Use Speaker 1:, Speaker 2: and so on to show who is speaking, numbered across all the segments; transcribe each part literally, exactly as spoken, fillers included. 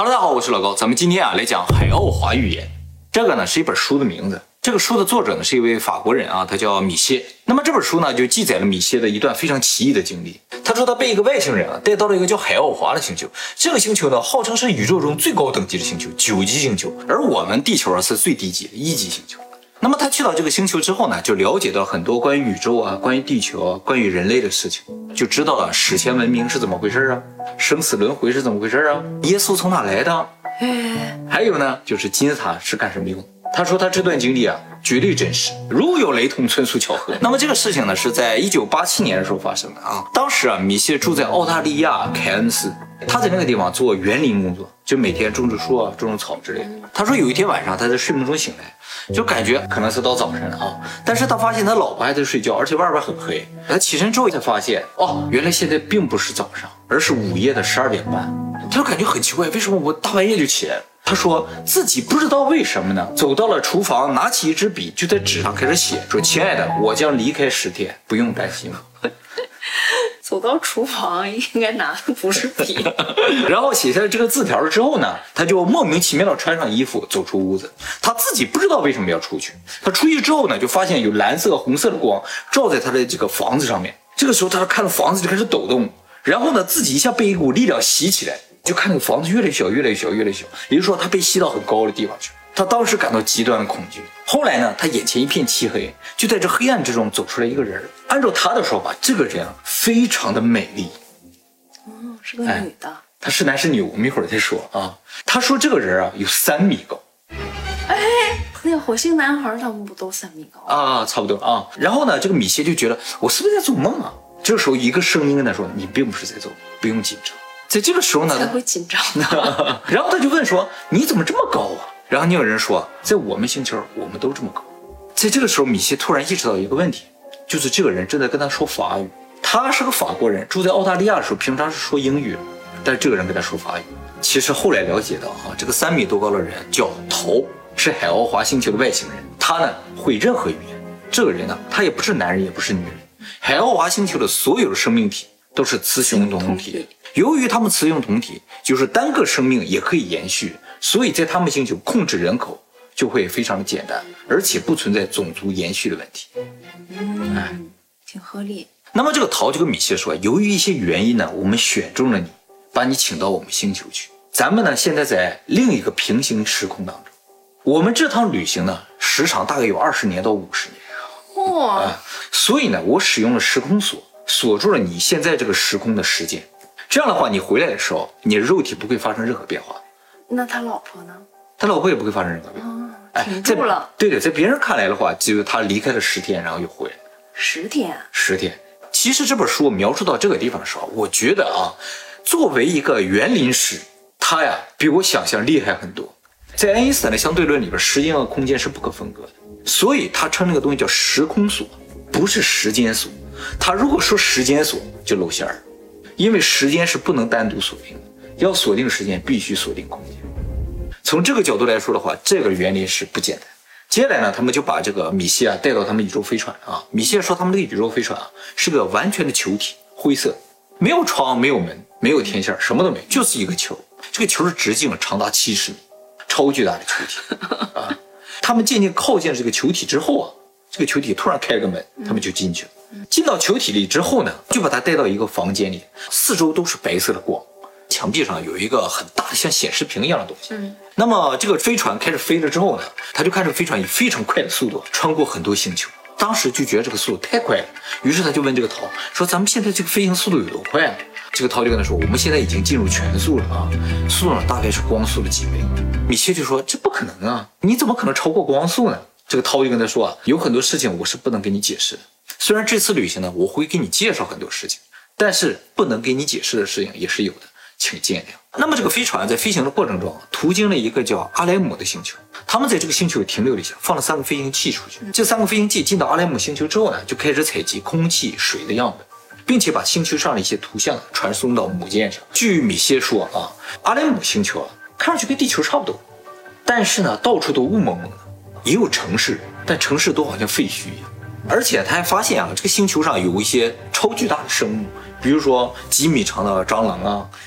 Speaker 1: 哈喽，大家好，我是老高，咱们今天啊来讲海奥华预言。这个呢是一本书的名字，这个书的作者呢是一位法国人啊，他叫米歇。那么这本书呢就记载了米歇的一段非常奇异的经历。他说他被一个外星人啊带到了一个叫海奥华的星球，这个星球呢号称是宇宙中最高等级的星球，九级星球，而我们地球啊是最低级的一级星球。那么他去到这个星球之后呢，就了解到很多关于宇宙啊、关于地球啊、关于人类的事情，就知道了史前文明是怎么回事啊，生死轮回是怎么回事啊，耶稣从哪来的？还有呢，就是金字塔是干什么用的？他说他这段经历啊，绝对真实，如有雷同，纯属巧合。那么这个事情呢，是在一九八七年的时候发生的啊。当时啊，米歇住在澳大利亚凯恩斯，他在那个地方做园林工作，就每天种植树啊、种种草之类的。他说有一天晚上，他在睡梦中醒来，就感觉可能是到早晨了啊，但是他发现他老婆还在睡觉，而且外边很黑。他起身之后才发现，哦，原来现在并不是早上，而是午夜的十二点半。他就感觉很奇怪，为什么我大半夜就起来了？他说自己不知道为什么呢，走到了厨房，拿起一支笔，就在纸上开始写，说：“亲爱的，我将离开十天，不用担心我。”
Speaker 2: 走到厨房应该拿的不是笔。
Speaker 1: 然后写下了这个字条之后呢，他就莫名其妙的穿上衣服走出屋子，他自己不知道为什么要出去。他出去之后呢，就发现有蓝色红色的光照在他的这个房子上面。这个时候他看到房子就开始抖动，然后呢自己一下被一股力量吸起来，就看那个房子越来越小越来越小越来越小，也就是说他被吸到很高的地方去。他当时感到极端的恐惧。后来呢，他眼前一片漆黑，就在这黑暗之中走出来一个人。按照他的说法，这个人啊非常的美丽。
Speaker 2: 哦，是个女的。哎，
Speaker 1: 他是男是女，我们一会儿再说啊。他说这个人啊有三米高。
Speaker 2: 哎，那个火星男孩他们不都三米高
Speaker 1: 啊？差不多啊。然后呢，这个米歇就觉得我是不是在做梦啊？这个时候一个声音跟他说：“你并不是在做梦，不用紧张。”在这个时候呢，
Speaker 2: 才会紧张。
Speaker 1: 然后他就问说：“你怎么这么高啊？”然后那个人说：“在我们星球，我们都这么高。”在这个时候，米歇突然意识到一个问题，就是这个人正在跟他说法语。他是个法国人，住在澳大利亚的时候，平常是说英语，但是这个人跟他说法语。其实后来了解到啊，这个三米多高的人叫陶，是海奥华星球的外星人。他呢会任何语言。这个人呢，他也不是男人，也不是女人。海奥华星球的所有的生命体都是雌雄同体。由于他们雌雄同体，就是单个生命也可以延续，所以在他们星球控制人口就会非常的简单，而且不存在种族延续的问题。
Speaker 2: 嗯，哎，挺合理。
Speaker 1: 那么这个陶就跟米歇说，由于一些原因呢，我们选中了你，把你请到我们星球去。咱们呢现在在另一个平行时空当中，我们这趟旅行呢时长大概有二十年到五十年。
Speaker 2: 哇、哦
Speaker 1: 啊！所以呢，我使用了时空锁，锁住了你现在这个时空的时间。这样的话，你回来的时候，你的肉体不会发生任何变化。
Speaker 2: 那他老婆呢？
Speaker 1: 他老婆也不会发生任何变化。
Speaker 2: 哦，停住了。
Speaker 1: 对的，在别人看来的话，只有他离开了十天，然后又回来了。
Speaker 2: 十天？
Speaker 1: 十天。其实这本书描述到这个地方的时候，我觉得啊，作为一个园林师，他呀比我想象厉害很多。在爱因斯坦的相对论里边，时间和空间是不可分割的，所以他称那个东西叫时空锁，不是时间锁。他如果说时间锁，就露馅儿。因为时间是不能单独锁定的，要锁定时间必须锁定空间。从这个角度来说的话，这个原理是不简单。接下来呢，他们就把这个米歇啊带到他们宇宙飞船啊。米歇说他们这个宇宙飞船啊是个完全的球体，灰色，没有窗，没有门，没有天线，什么都没有，就是一个球。这个球的直径长达七十米，超巨大的球体啊。他们渐渐靠近了这个球体之后啊，这个球体突然开了个门，他们就进去了。进到球体里之后呢，就把它带到一个房间里，四周都是白色的光，墙壁上有一个很大的像显示屏一样的东西。嗯，那么这个飞船开始飞了之后呢，他就看这个飞船以非常快的速度穿过很多星球，当时就觉得这个速度太快了，于是他就问这个陶说：“咱们现在这个飞行速度有多快啊？”这个陶就跟他说：“我们现在已经进入全速了啊，速度大概是光速的几倍。”米歇就说：“这不可能啊，你怎么可能超过光速呢？”这个陶就跟他说啊：“有很多事情我是不能跟你解释的。虽然这次旅行呢，我会给你介绍很多事情，但是不能给你解释的事情也是有的，请见谅。”那么这个飞船在飞行的过程中，途经了一个叫阿莱姆的星球，他们在这个星球停留了一下，放了三个飞行器出去。这三个飞行器进到阿莱姆星球之后呢，就开始采集空气、水的样本，并且把星球上的一些图像传送到母舰上。据米歇说啊，阿莱姆星球啊，看上去跟地球差不多，但是呢，到处都雾蒙蒙的，也有城市，但城市都好像废墟一样。而且他还发现啊，这个星球上有一些超巨大的生物，比如说几米长的蟑螂啊，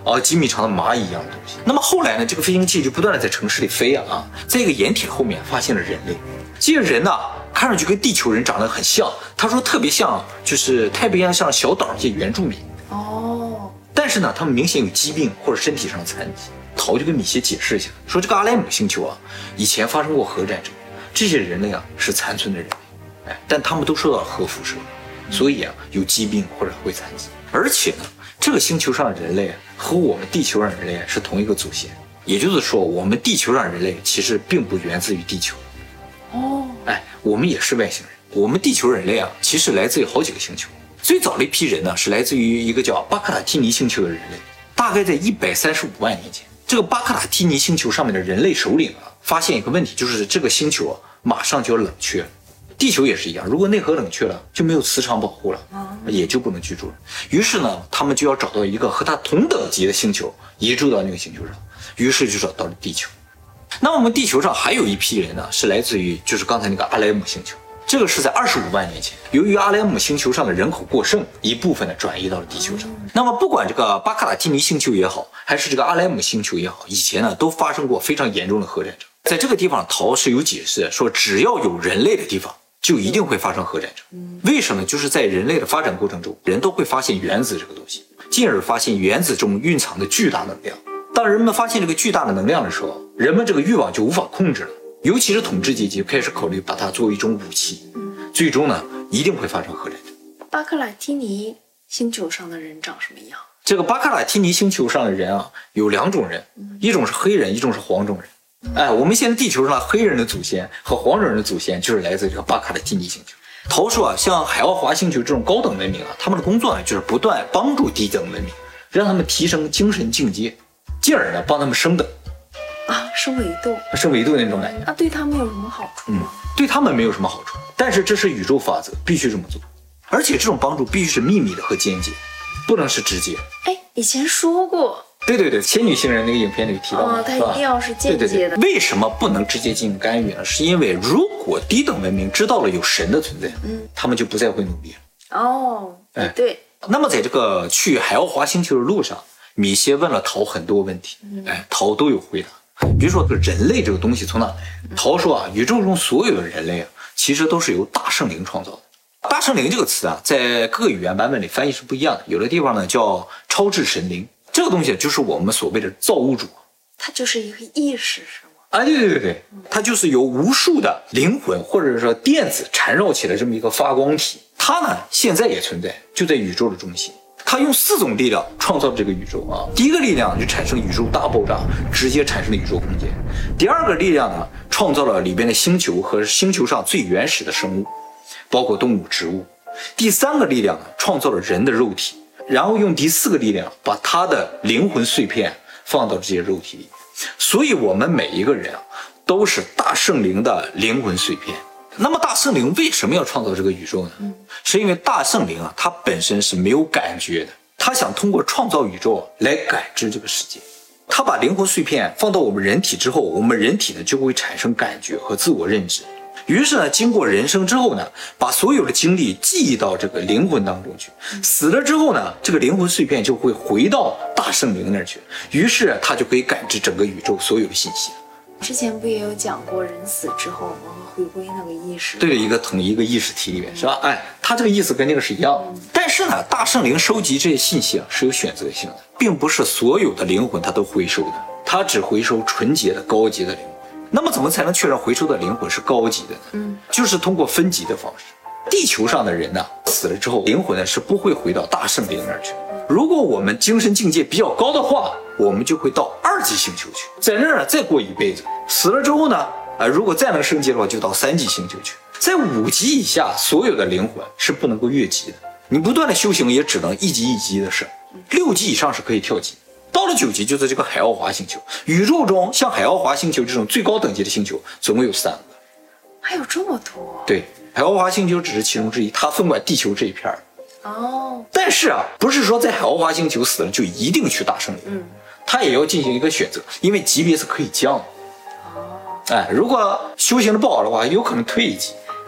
Speaker 1: 啊，几米长的蚂蚁一样的东西。那么后来呢，这个飞行器就不断的在城市里飞啊啊，在一个掩体后面发现了人类。这些人呢，看上去跟地球人长得很像，他说特别像，就是太平洋上小岛一些原住民。
Speaker 2: 哦，
Speaker 1: 但是呢，他们明显有疾病或者身体上的残疾。陶就跟米歇解释一下，说这个阿莱姆星球啊，以前发生过核战争，这些人类啊是残存的人类，哎，但他们都受到了核辐射，所以啊有疾病或者会残疾。而且呢，这个星球上的人类和我们地球上人类是同一个祖先，也就是说，我们地球上人类其实并不源自于地球。
Speaker 2: 哦，
Speaker 1: 哎，我们也是外星人。我们地球人类啊，其实来自于好几个星球。最早的一批人呢，是来自于一个叫巴克塔提尼星球的人类，大概在一百三十五万年前。这个巴克塔提尼星球上面的人类首领啊，发现一个问题，就是这个星球啊，马上就要冷却了。地球也是一样，如果内核冷却了，就没有磁场保护了，也就不能居住了。于是呢，他们就要找到一个和它同等级的星球，移住到那个星球上。于是就找到了地球。那我们地球上还有一批人呢，是来自于就是刚才那个阿莱姆星球。这个是在二十五万年前，由于阿莱姆星球上的人口过剩，一部分呢转移到了地球上。那么不管这个巴克塔提尼星球也好，还是这个阿莱姆星球也好，以前呢都发生过非常严重的核战争。在这个地方，陶是有解释说，只要有人类的地方，就一定会发生核战争。为什么？就是在人类的发展过程中，人都会发现原子这个东西，进而发现原子中蕴藏的巨大能量。当人们发现这个巨大的能量的时候，人们这个欲望就无法控制了。尤其是统治阶级开始考虑把它作为一种武器，最终呢一定会发生核战争。
Speaker 2: 巴克拉提尼星球上的人长什么样？
Speaker 1: 这个巴克拉提尼星球上的人啊，有两种人，一种是黑人，一种是黄种人。哎，我们现在地球上黑人的祖先和黄种人的祖先就是来自这个巴克拉提尼星球。陶说啊，像海奥华星球这种高等文明啊，他们的工作呢就是不断帮助低等文明，让他们提升精神境界，进而呢帮他们升等。
Speaker 2: 啊，是纬度，
Speaker 1: 是纬度的那种感觉。
Speaker 2: 那、啊、对他们有什么好处吗？
Speaker 1: 嗯，对他们没有什么好处，但是这是宇宙法则，必须这么做。而且这种帮助必须是秘密的和间接，不能是直接。
Speaker 2: 哎，以前说过。
Speaker 1: 对对对，仙女星人那个影片里提到的，
Speaker 2: 哦，它一定要是间接的。
Speaker 1: 对对对。为什么不能直接进行干预呢？是因为如果低等文明知道了有神的存在，嗯，他们就不再会努力了。
Speaker 2: 哦，哎，对。
Speaker 1: 那么在这个去海奥华星球的路上，米歇问了陶很多问题，哎，陶都有回答。比如说人类这个东西从哪来？陶说啊，宇宙中所有的人类啊，其实都是由大圣灵创造的。大圣灵这个词啊，在各个语言版本里翻译是不一样的。有的地方呢叫超智神灵，这个东西就是我们所谓的造物主。
Speaker 2: 它就是一个意识，是吗？
Speaker 1: 啊，对对对对，它就是由无数的灵魂或者说电子缠绕起来这么一个发光体。它呢现在也存在，就在宇宙的中心。他用四种力量创造这个宇宙啊，第一个力量就产生宇宙大爆炸，直接产生了宇宙空间。第二个力量呢，创造了里边的星球和星球上最原始的生物，包括动物、植物。第三个力量呢，创造了人的肉体，然后用第四个力量把他的灵魂碎片放到这些肉体里。所以我们每一个人啊，都是大圣灵的灵魂碎片。那么大圣灵为什么要创造这个宇宙呢？嗯、是因为大圣灵啊，它本身是没有感觉的，它想通过创造宇宙来感知这个世界。它把灵魂碎片放到我们人体之后，我们人体呢就会产生感觉和自我认知。于是呢，经过人生之后呢，把所有的经历记忆到这个灵魂当中去。死了之后呢，这个灵魂碎片就会回到大圣灵那儿去，于是它就可以感知整个宇宙所有的信息。
Speaker 2: 之前不也有讲过，人死之后我们回归那个意识？
Speaker 1: 对，一个统一个意识体里面是吧？哎，它这个意思跟那个是一样的。嗯、但是呢，大圣灵收集这些信息啊是有选择性的，并不是所有的灵魂它都回收的，它只回收纯洁的高级的灵魂。那么怎么才能确认回收的灵魂是高级的呢？嗯，就是通过分级的方式。地球上的人呢，死了之后，灵魂呢是不会回到大圣灵那儿去。如果我们精神境界比较高的话，我们就会到二级星球去，在那儿再过一辈子。死了之后呢，呃，如果再能升级的话，就到三级星球去。在五级以下，所有的灵魂是不能够越级的。你不断的修行，也只能一级一级的升。六级以上是可以跳级。到了九级，就在这个海奥华星球。宇宙中，像海奥华星球这种最高等级的星球，总共有三个。
Speaker 2: 还有这么多？
Speaker 1: 对，海奥华星球只是其中之一，它分管地球这一片。
Speaker 2: 哦。
Speaker 1: 但是啊，不是说在海奥华星球死了就一定去大圣灵。嗯。他也要进行一个选择，因为级别是可以降的。哦。哎，如果修行的不好的话，有可能退一级。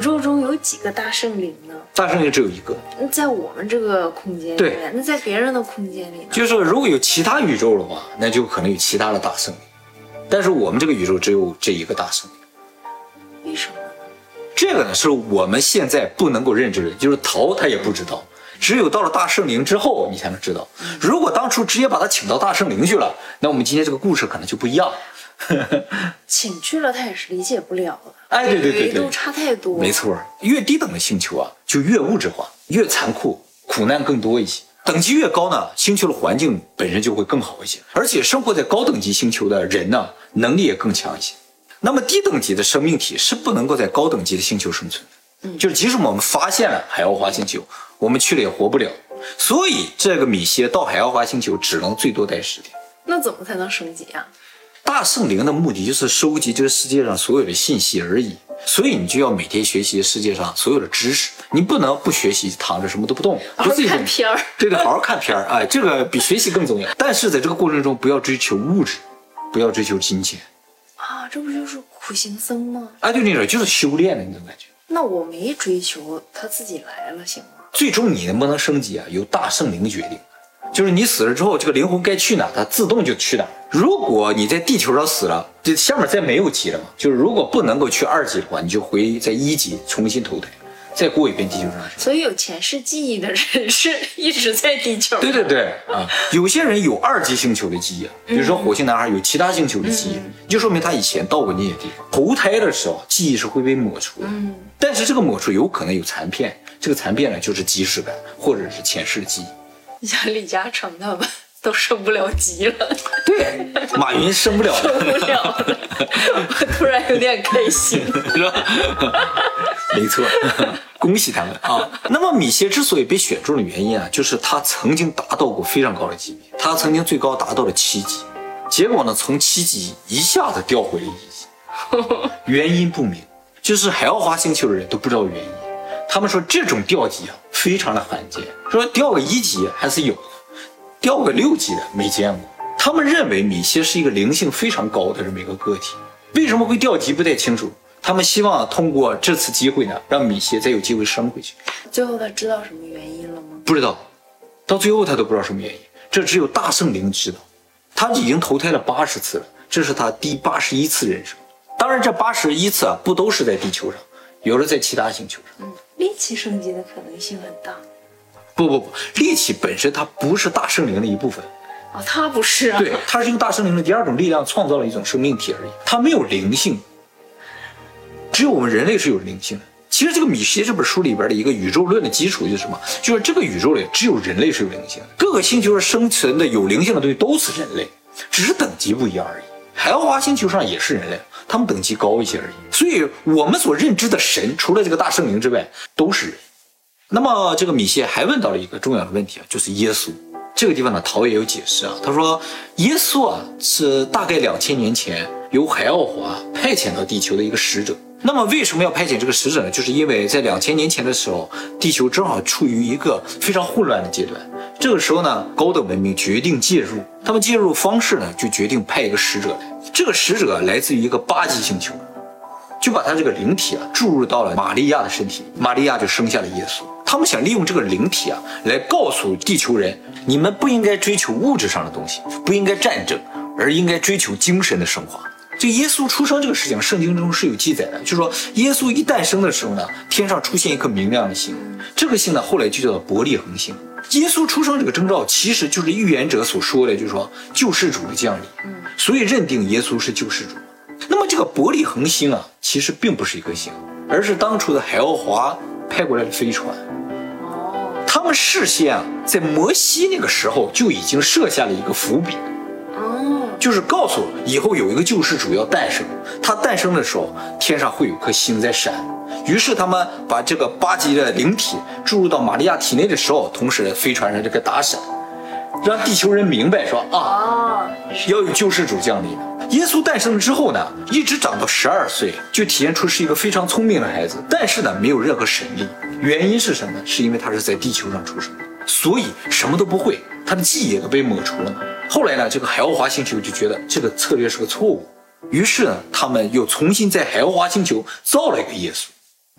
Speaker 2: 宇宙中有几个大圣灵呢？
Speaker 1: 大圣灵只有一个。
Speaker 2: 在我们这个空间里面，那在别人的空间里呢？
Speaker 1: 就是如果有其他宇宙的话，那就可能有其他的大圣灵，但是我们这个宇宙只有这一个大圣灵。
Speaker 2: 为什么呢？
Speaker 1: 这个呢是我们现在不能够认知的，就是陶他也不知道，只有到了大圣灵之后你才能知道。如果当初直接把他请到大圣灵去了，那我们今天这个故事可能就不一样。
Speaker 2: 请去了他也是理解不了的。
Speaker 1: 哎，对对对对，
Speaker 2: 维度差太多。
Speaker 1: 没错，越低等的星球啊，就越物质化，越残酷，苦难更多一些。等级越高呢，星球的环境本身就会更好一些，而且生活在高等级星球的人呢，能力也更强一些。那么低等级的生命体是不能够在高等级的星球生存的，嗯，就是即使我们发现了海奥华星球，我们去了也活不了。所以这个米歇到海奥华星球只能最多待十天。
Speaker 2: 那怎么才能升级啊？
Speaker 1: 大圣灵的目的就是收集这个世界上所有的信息而已，所以你就要每天学习世界上所有的知识，你不能不学习躺着什么都不动，
Speaker 2: 好好看片儿。
Speaker 1: 对对，好好看片儿，哎，这个比学习更重要。但是在这个过程中，不要追求物质，不要追求金钱
Speaker 2: 啊，这不就是苦行僧吗？
Speaker 1: 哎，对，那种就是修炼的那种感觉。
Speaker 2: 那我没追求，他自己来了，行吗？
Speaker 1: 最终你能不能升级啊，由大圣灵决定。就是你死了之后，这个灵魂该去哪，它自动就去哪。如果你在地球上死了，这下面再没有级了嘛？就是如果不能够去二级的话，你就回在一级重新投胎，再过一遍地球上。
Speaker 2: 所以有前世记忆的人是一直在地球。
Speaker 1: 对对对啊，有些人有二级星球的记忆，比如说火星男孩有其他星球的记忆，嗯、就说明他以前到过那些地方。投胎的时候，记忆是会被抹除的，嗯、但是这个抹除有可能有残片，这个残片呢就是即视感或者是前世的记忆。
Speaker 2: 你像李嘉诚他们都升不了级了，
Speaker 1: 对，马云升不了了，
Speaker 2: 升不了了，我突然有点开心，
Speaker 1: 是吧？没错，恭喜他们啊！那么米歇之所以被选中的原因啊，就是他曾经达到过非常高的级别，他曾经最高达到了七级，结果呢，从七级一下子掉回了一级，原因不明，就是海奥华星球的人都不知道原因。他们说这种掉级啊非常的罕见，说掉个一级还是有的，掉个六级的没见过。他们认为米歇是一个灵性非常高的这么一个个体，为什么会掉级不太清楚。他们希望通过这次机会呢，让米歇再有机会升回去。
Speaker 2: 最后他知道什么原因了吗？
Speaker 1: 不知道，到最后他都不知道什么原因，这只有大圣灵知道。他已经投胎了八十次了，这是他第八十一次人生。当然这八十一次啊，不都是在地球上，有的在其他星球上。
Speaker 2: 嗯，力气升级的可能性很大。
Speaker 1: 不不不，力气本身它不是大圣灵的一部分。
Speaker 2: 哦，它不是啊。
Speaker 1: 对，它是用大圣灵的第二种力量创造了一种生命体而已，它没有灵性。只有我们人类是有灵性的。其实这个米歇这本书里边的一个宇宙论的基础就是什么？就是这个宇宙里只有人类是有灵性的，各个星球上生存的有灵性的东西都是人类，只是等级不一样而已。海奥华星球上也是人类，他们等级高一些而已。所以我们所认知的神，除了这个大圣灵之外，都是人。那么这个米歇还问到了一个重要的问题啊，就是耶稣。这个地方呢，陶也有解释啊，他说耶稣啊是大概两千年前由海奥华派遣到地球的一个使者。那么为什么要派遣这个使者呢？就是因为在两千年前的时候，地球正好处于一个非常混乱的阶段。这个时候呢，高等文明决定介入，他们介入方式呢，就决定派一个使者来。这个使者来自于一个八级星球，就把他这个灵体啊注入到了玛利亚的身体，玛利亚就生下了耶稣。他们想利用这个灵体啊，来告诉地球人，你们不应该追求物质上的东西，不应该战争，而应该追求精神的升华。这耶稣出生这个事情，圣经中是有记载的，就是说耶稣一诞生的时候呢，天上出现一颗明亮的星，这个星呢后来就叫做伯利恒星。耶稣出生这个征兆，其实就是预言者所说的，就是说救世主的降临，所以认定耶稣是救世主。那么这个伯利恒星啊，其实并不是一颗星，而是当初的海奥华派过来的飞船。他们事先啊，在摩西那个时候就已经设下了一个伏笔。就是告诉以后有一个救世主要诞生，他诞生的时候天上会有颗星在闪。于是他们把这个八级的灵体注入到玛利亚体内的时候，同时飞船上这个打闪，让地球人明白说啊，要有救世主降临。耶稣诞生之后呢，一直长到十二岁，就体现出是一个非常聪明的孩子，但是呢没有任何神力。原因是什么呢？是因为他是在地球上出生的，所以什么都不会，他的记忆也都被抹除了嘛。后来呢，这个海奥华星球就觉得这个策略是个错误，于是呢，他们又重新在海奥华星球造了一个耶稣。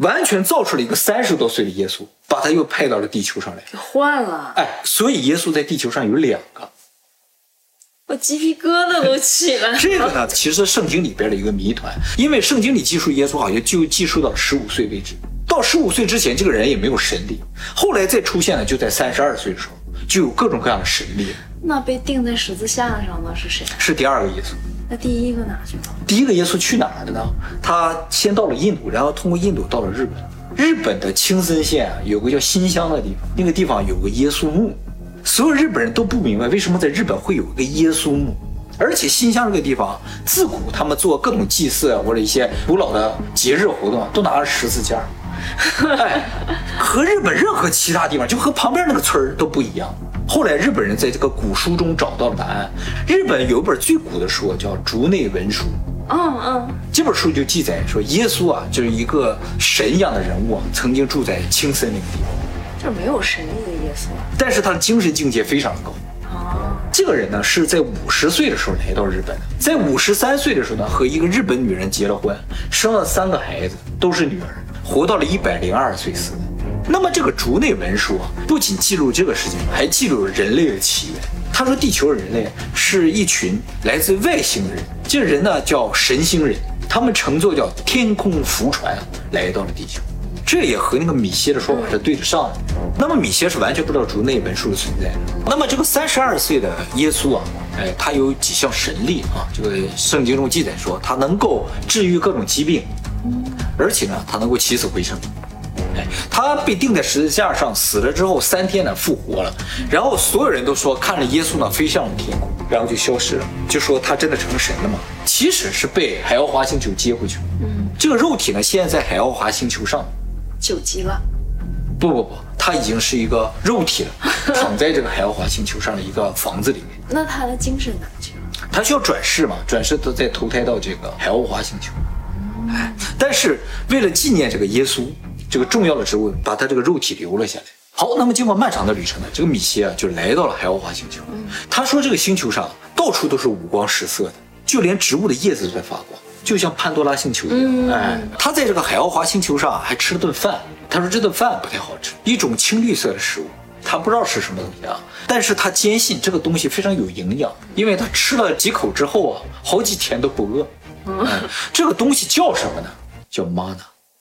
Speaker 1: 完全造出了一个三十多岁的耶稣，把他又派到了地球上来，
Speaker 2: 给换了。
Speaker 1: 哎，所以耶稣在地球上有两个。
Speaker 2: 我鸡皮疙瘩都起来了。
Speaker 1: 这个呢，其实是圣经里边的一个谜团，因为圣经里记述耶稣好像就记述到十五岁为止，到十五岁之前，这个人也没有神力，后来再出现呢，就在三十二岁的时候，就有各种各样的神力。
Speaker 2: 那被钉在十字架上的是谁？
Speaker 1: 是第二个耶稣。
Speaker 2: 那第一个哪去了？
Speaker 1: 第一个耶稣去哪儿了呢？他先到了印度，然后通过印度到了日本。日本的青森县啊，有个叫新乡的地方，那个地方有个耶稣墓。所有日本人都不明白为什么在日本会有一个耶稣墓，而且新乡这个地方自古他们做各种祭祀或者一些古老的节日活动都拿着十字架，哎，和日本任何其他地方就和旁边那个村儿都不一样。后来日本人在这个古书中找到了答案。日本有一本最古的书叫《竹内文书》，
Speaker 2: 嗯嗯，
Speaker 1: 这本书就记载说耶稣啊就是一个神一样的人物啊，曾经住在青森那个地方。
Speaker 2: 就是没有神力的耶稣，
Speaker 1: 但是他的精神境界非常的高。
Speaker 2: 哦，
Speaker 1: 这个人呢是在五十岁的时候来到日本的，在五十三岁的时候呢和一个日本女人结了婚，生了三个孩子，都是女儿，活到了一百零二岁死的。那么这个竹内文书啊，不仅记录这个事情，还记录了人类的起源。他说地球人类是一群来自外星人，这人呢叫神星人，他们乘坐叫天空浮船来到了地球。这也和那个米歇的说法是对得上的。那么米歇是完全不知道竹内文书的存在的。那么这个三十二岁的耶稣啊，哎，他有几项神力啊？这个圣经中记载说，他能够治愈各种疾病，而且呢，他能够起死回生。哎，他被钉在十字架上，死了之后三天呢复活了，然后所有人都说看着耶稣呢飞向了天空，然后就消失了，就说他真的成神了吗？其实是被海奥华星球接回去了。嗯，这个肉体呢现在在海奥华星球上。
Speaker 2: 九级了？
Speaker 1: 不不不，他已经是一个肉体了，躺在这个海奥华星球上的一个房子里面。
Speaker 2: 那他的精神哪去了？
Speaker 1: 他需要转世嘛，转世都再投胎到这个海奥华星球。哎，但是为了纪念这个耶稣这个重要的职务，把他这个肉体留了下来。好，那么经过漫长的旅程呢，这个米歇啊就来到了海奥华星球。嗯，他说这个星球上到处都是五光十色的，就连植物的叶子都在发光。就像潘多拉星球一样，嗯、哎，他在这个海奥华星球上还吃了顿饭。他说这顿饭不太好吃，一种青绿色的食物，他不知道是什么东西啊，但是他坚信这个东西非常有营养，因为他吃了几口之后啊，好几天都不饿。嗯，哎、这个东西叫什么呢？叫 mana。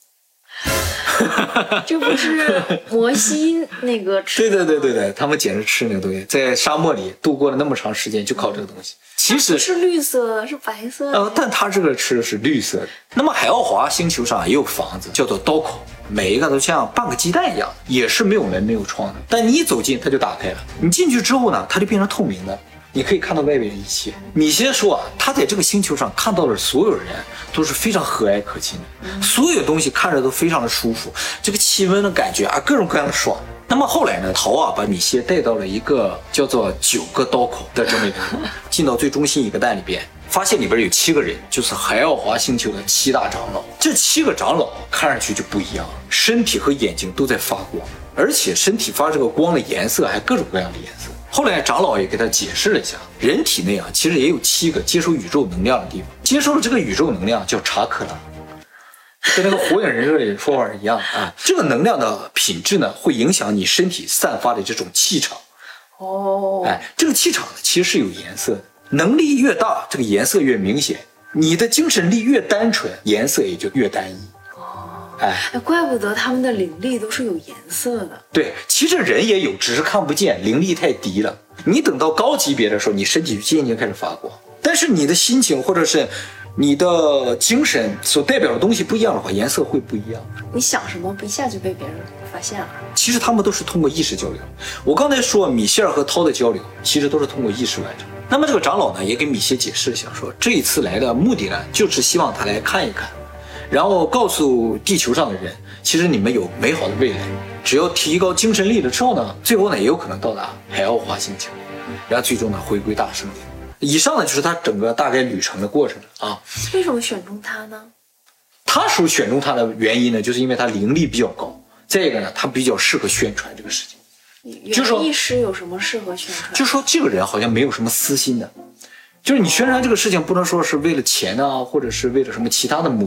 Speaker 2: 这不是摩西那个吃？
Speaker 1: 对对对对对，他们简直吃那个东西，在沙漠里度过了那么长时间，就靠这个东西。其实
Speaker 2: 是绿色的，是白色的。
Speaker 1: 呃，但他这个吃的是绿色的。那么海奥华星球上也有房子，叫做刀口，每一个都像半个鸡蛋一样，也是没有门没有窗的。但你一走近，它就打开了。你进去之后呢，它就变成透明的。你可以看到外面的一切。米歇说啊，他在这个星球上看到的所有人都是非常和蔼可亲的，嗯、所有东西看着都非常的舒服，这个气温的感觉啊，各种各样的爽。那么后来呢，陶啊把米歇带到了一个叫做九个刀口的这么一个地方，进到最中心一个蛋里边，发现里边有七个人，就是海奥华星球的七大长老。这七个长老看上去就不一样，身体和眼睛都在发光，而且身体发这个光的颜色还各种各样的颜色。后来长老也给他解释了一下，人体内啊其实也有七个接收宇宙能量的地方，接收了这个宇宙能量叫查克拉，跟那个火影忍者里说法一样啊。这个能量的品质呢，会影响你身体散发的这种气场。
Speaker 2: 哦，
Speaker 1: 哎，这个气场呢其实是有颜色的，能力越大，这个颜色越明显；你的精神力越单纯，颜色也就越单一。
Speaker 2: 哎，怪不得他们的灵力都是有颜色的。
Speaker 1: 对，其实人也有，只是看不见，灵力太低了。你等到高级别的时候，你身体就渐渐开始发光，但是你的心情或者是你的精神所代表的东西不一样的话，颜色会不一样。
Speaker 2: 你想什么，一下就被别人发现了。
Speaker 1: 其实他们都是通过意识交流。我刚才说米歇尔和涛的交流，其实都是通过意识完成。那么这个长老呢，也给米歇解释了一下，说这一次来的目的呢，就是希望他来看一看。然后告诉地球上的人，其实你们有美好的未来，只要提高精神力了之后呢，最后呢也有可能到达海奥华星球，然后最终呢回归大圣殿。以上呢就是他整个大概旅程的过程啊。
Speaker 2: 为什么选中他呢？
Speaker 1: 他所选中他的原因呢，就是因为他灵力比较高，再一个呢，他比较适合宣传这个事情。
Speaker 2: 就说医师有什么适合宣传？
Speaker 1: 就说这个人好像没有什么私心的，就是你宣传这个事情不能说是为了钱啊，或者是为了什么其他的目的。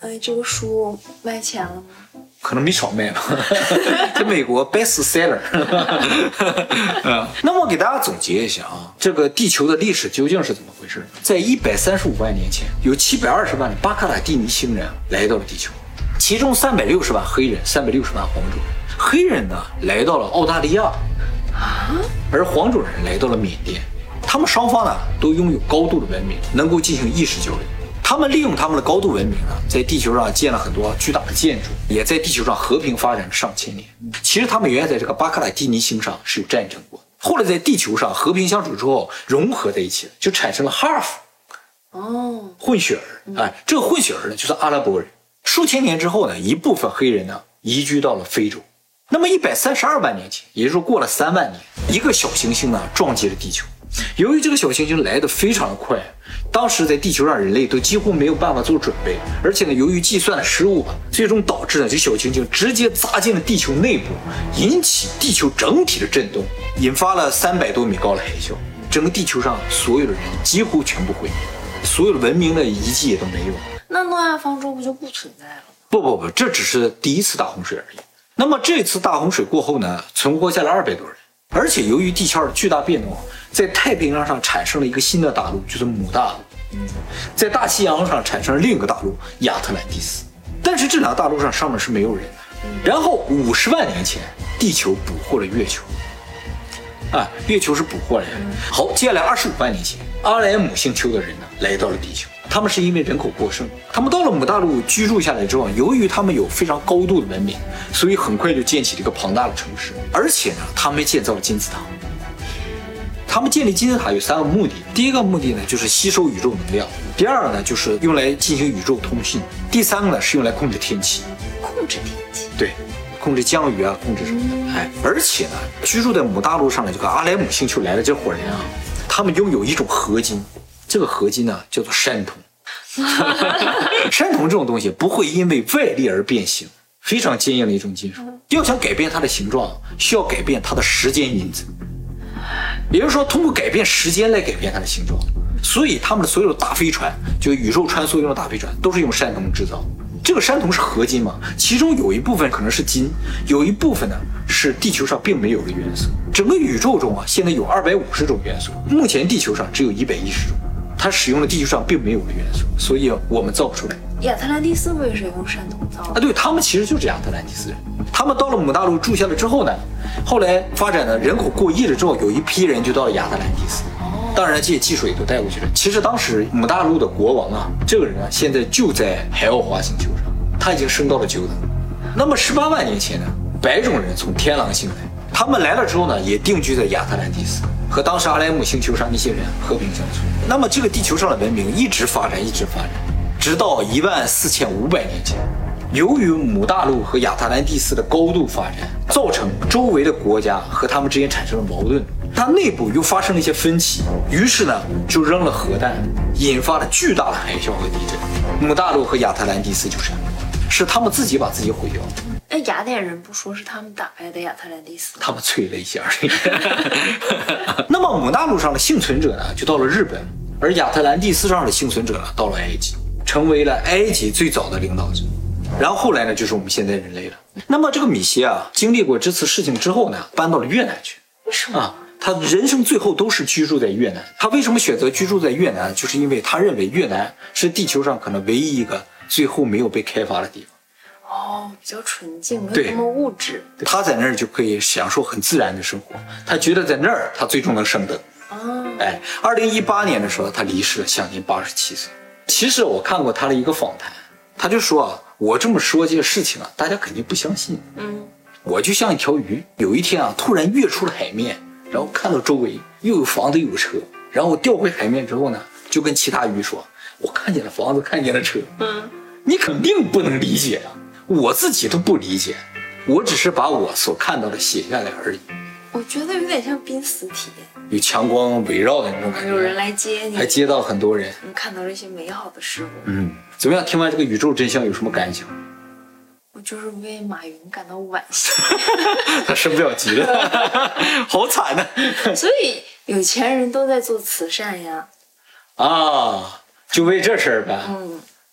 Speaker 2: 哎，这个书卖钱了吗？
Speaker 1: 可能没少卖吧，在美国 best seller 嗯。那么给大家总结一下啊，这个地球的历史究竟是怎么回事？在一百三十五万年前，有七百二十万的巴卡塔蒂尼星人来到了地球，其中三百六十万黑人，三百六十万黄种人。黑人呢来到了澳大利亚，而黄种人来到了缅甸。他们双方呢都拥有高度的文明，能够进行意识交流。他们利用他们的高度文明呢，在地球上建了很多巨大的建筑，也在地球上和平发展了上千年。其实他们原来在这个巴卡塔蒂尼星上是有战争过，后来在地球上和平相处之后融合在一起了，就产生了哈尔夫
Speaker 2: 哦，
Speaker 1: 混血儿。哎，这个混血儿呢就是阿拉伯人。数千年之后呢，一部分黑人呢移居到了非洲。那么一百三十二万年前，也就是说过了三万年，一个小行星呢撞击了地球。由于这个小行星来得非常的快，当时在地球上人类都几乎没有办法做准备，而且呢，由于计算的失误啊，最终导致呢这小行星直接砸进了地球内部，引起地球整体的震动，引发了三百多米高的海啸，整个地球上所有的人几乎全部毁灭，所有的文明的遗迹也都没有。
Speaker 2: 那诺亚方舟不就不存在了？
Speaker 1: 不不不，这只是第一次大洪水而已。那么这次大洪水过后呢，存活下来二百多人，而且由于地壳的巨大变动，在太平洋上产生了一个新的大陆，就是母大陆。在大西洋上产生了另一个大陆亚特兰蒂斯，但是这两个大陆上上面是没有人的。然后五十万年前，地球捕获了月球，啊，月球是捕获来的。好，接下来二十五万年前，阿莱姆星球的人呢来到了地球。他们是因为人口过剩，他们到了母大陆居住下来之后，由于他们有非常高度的文明，所以很快就建起了一个庞大的城市，而且呢，他们建造了金字塔。他们建立金字塔有三个目的，第一个目的呢就是吸收宇宙能量，第二个呢就是用来进行宇宙通信，第三个呢是用来控制天气。
Speaker 2: 控制天气？
Speaker 1: 对，控制降雨啊，控制什么的。哎，而且呢，居住在母大陆上的这个阿莱姆星球来的这伙人啊，他们拥有一种合金，这个合金呢叫做山铜。山铜这种东西不会因为外力而变形，非常坚硬的一种金属。要想改变它的形状，需要改变它的时间因子。也就是说，通过改变时间来改变它的形状，所以他们的所有的大飞船，就宇宙穿梭用的大飞船，都是用山铜制造。这个山铜是合金嘛，其中有一部分可能是金，有一部分呢是地球上并没有的元素。整个宇宙中啊，现在有二百五十种元素，目前地球上只有一百一十种，它使用了地球上并没有的元素，所以我们造不出来。
Speaker 2: 亚特兰蒂斯不也是用山铜造的？
Speaker 1: 啊，对，他们其实就是亚特兰蒂斯人。他们到了母大陆住下了之后呢，后来发展的人口过亿了之后，有一批人就到了亚特兰蒂斯。当然，这些技术也都带过去了。其实当时母大陆的国王啊，这个人啊，现在就在海奥华星球上，他已经升到了九等。那么十八万年前呢，白种人从天狼星来，他们来了之后呢，也定居在亚特兰蒂斯，和当时阿莱姆星球上那些人和平相处。那么这个地球上的文明一直发展，一直发展，直到一万四千五百年前。由于母大陆和亚特兰蒂斯的高度发展，造成周围的国家和他们之间产生了矛盾，它内部又发生了一些分歧，于是呢就扔了核弹，引发了巨大的海啸和地震，母大陆和亚特兰蒂斯就沉没了，是他们自己把自己毁掉了。
Speaker 2: 哎，雅典人不说是他们打败的亚特兰蒂斯，
Speaker 1: 他们吹了一下而已。那么母大陆上的幸存者呢，就到了日本，而亚特兰蒂斯上的幸存者呢，到了埃及，成为了埃及最早的领导者。然后后来呢，就是我们现在人类了。那么这个米歇啊，经历过这次事情之后呢，搬到了越南去。
Speaker 2: 为什么
Speaker 1: 啊？他人生最后都是居住在越南。他为什么选择居住在越南？就是因为他认为越南是地球上可能唯一一个最后没有被开发的地方。
Speaker 2: 哦，比较纯净，没有那么物质。
Speaker 1: 他在那儿就可以享受很自然的生活。他觉得在那儿他最终能升等。
Speaker 2: 哦，
Speaker 1: 哎，二零一八年的时候他离世了，享年八十七岁。其实我看过他的一个访谈，他就说啊，我这么说这些事情啊，大家肯定不相信。
Speaker 2: 嗯，
Speaker 1: 我就像一条鱼，有一天啊，突然跃出了海面，然后看到周围又有房子又有车，然后我掉回海面之后呢，就跟其他鱼说，我看见了房子，看见了车。
Speaker 2: 嗯，
Speaker 1: 你肯定不能理解啊，我自己都不理解，我只是把我所看到的写下来而已。
Speaker 2: 我觉得有点像濒死体验，
Speaker 1: 有强光围绕的那种感觉，
Speaker 2: 有人来接你，
Speaker 1: 还接到很多人，
Speaker 2: 你看到了一些美好的事物。
Speaker 1: 嗯，怎么样？听完这个宇宙真相有什么感想？
Speaker 2: 我就是为马云感到惋惜，
Speaker 1: 他升不了级了，好惨呐、啊！
Speaker 2: 所以有钱人都在做慈善呀。
Speaker 1: 啊，就为这事儿呗。
Speaker 2: 嗯，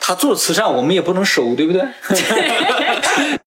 Speaker 1: 他做慈善我们也不能收，对不对？